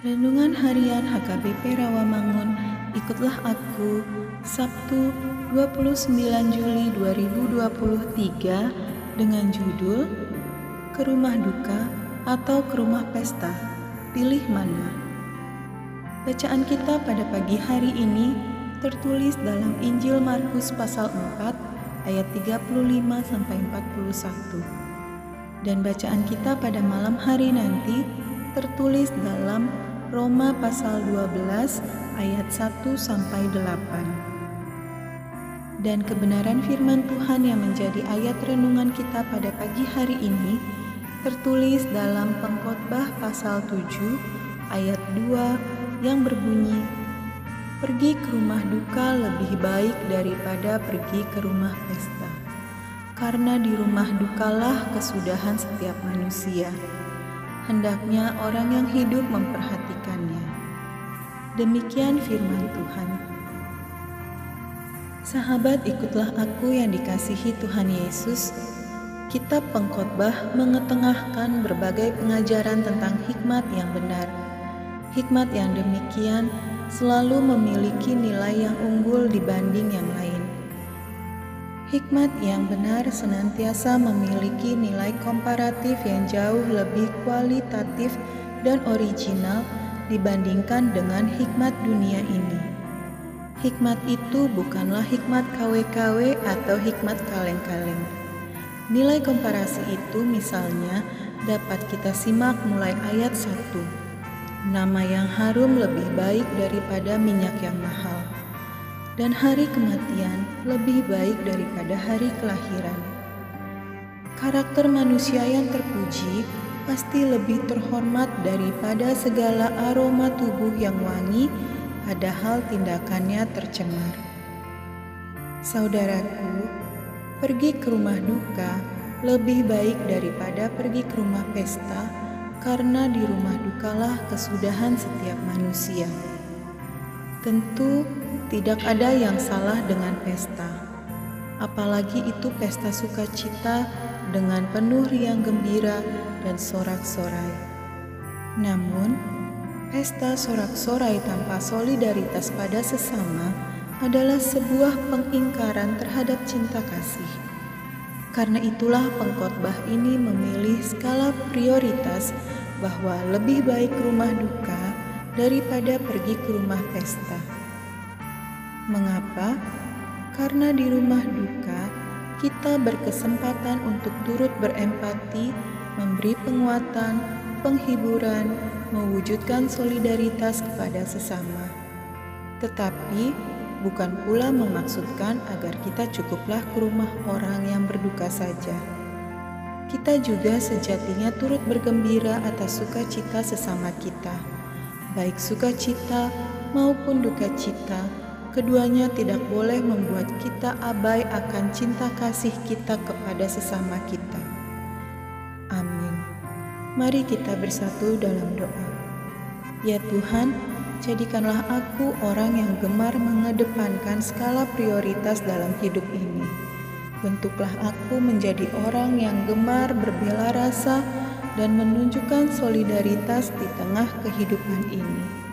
Renungan Harian HKBP Rawamangun, ikutlah aku, Sabtu 29 Juli 2023 dengan judul Ke Rumah Duka atau Ke Rumah Pesta, Pilih Mana. Bacaan kita pada pagi hari ini tertulis dalam Injil Markus pasal 4 ayat 35-41. Dan bacaan kita pada malam hari nanti tertulis dalam Roma pasal 12 ayat 1-8. Dan kebenaran firman Tuhan yang menjadi ayat renungan kita pada pagi hari ini tertulis dalam Pengkhotbah pasal 7 ayat 2 yang berbunyi, "Pergi ke rumah duka lebih baik daripada pergi ke rumah pesta, karena di rumah dukalah kesudahan setiap manusia. Hendaknya orang yang hidup memperhatikannya." Demikian firman Tuhan. Sahabat, ikutlah aku yang dikasihi Tuhan Yesus. Kitab Pengkhotbah mengetengahkan berbagai pengajaran tentang hikmat yang benar. Hikmat yang demikian selalu memiliki nilai yang unggul dibanding yang lain. Hikmat yang benar senantiasa memiliki nilai komparatif yang jauh lebih kualitatif dan original dibandingkan dengan hikmat dunia ini. Hikmat itu bukanlah hikmat KW-KW atau hikmat kaleng-kaleng. Nilai komparasi itu misalnya dapat kita simak mulai ayat 1. Nama yang harum lebih baik daripada minyak yang mahal, dan hari kematian lebih baik daripada hari kelahiran. Karakter manusia yang terpuji pasti lebih terhormat daripada segala aroma tubuh yang wangi, padahal tindakannya tercemar. Saudaraku, pergi ke rumah duka lebih baik daripada pergi ke rumah pesta, karena di rumah dukalah kesudahan setiap manusia. Tentu tidak ada yang salah dengan pesta, apalagi itu pesta sukacita dengan penuh riang gembira dan sorak-sorai. Namun, pesta sorak-sorai tanpa solidaritas pada sesama adalah sebuah pengingkaran terhadap cinta kasih. Karena itulah pengkhotbah ini memilih skala prioritas bahwa lebih baik rumah duka daripada pergi ke rumah pesta. Mengapa? Karena di rumah duka kita berkesempatan untuk turut berempati, memberi penguatan, penghiburan, mewujudkan solidaritas kepada sesama. Tetapi bukan pula memaksudkan agar kita cukuplah ke rumah orang yang berduka saja. Kita juga sejatinya turut bergembira atas sukacita sesama kita, baik sukacita maupun duka cita. Keduanya tidak boleh membuat kita abai akan cinta kasih kita kepada sesama kita. Amin. Mari kita bersatu dalam doa. Ya Tuhan, jadikanlah aku orang yang gemar mengedepankan skala prioritas dalam hidup ini. Bentuklah aku menjadi orang yang gemar berbela rasa dan menunjukkan solidaritas di tengah kehidupan ini.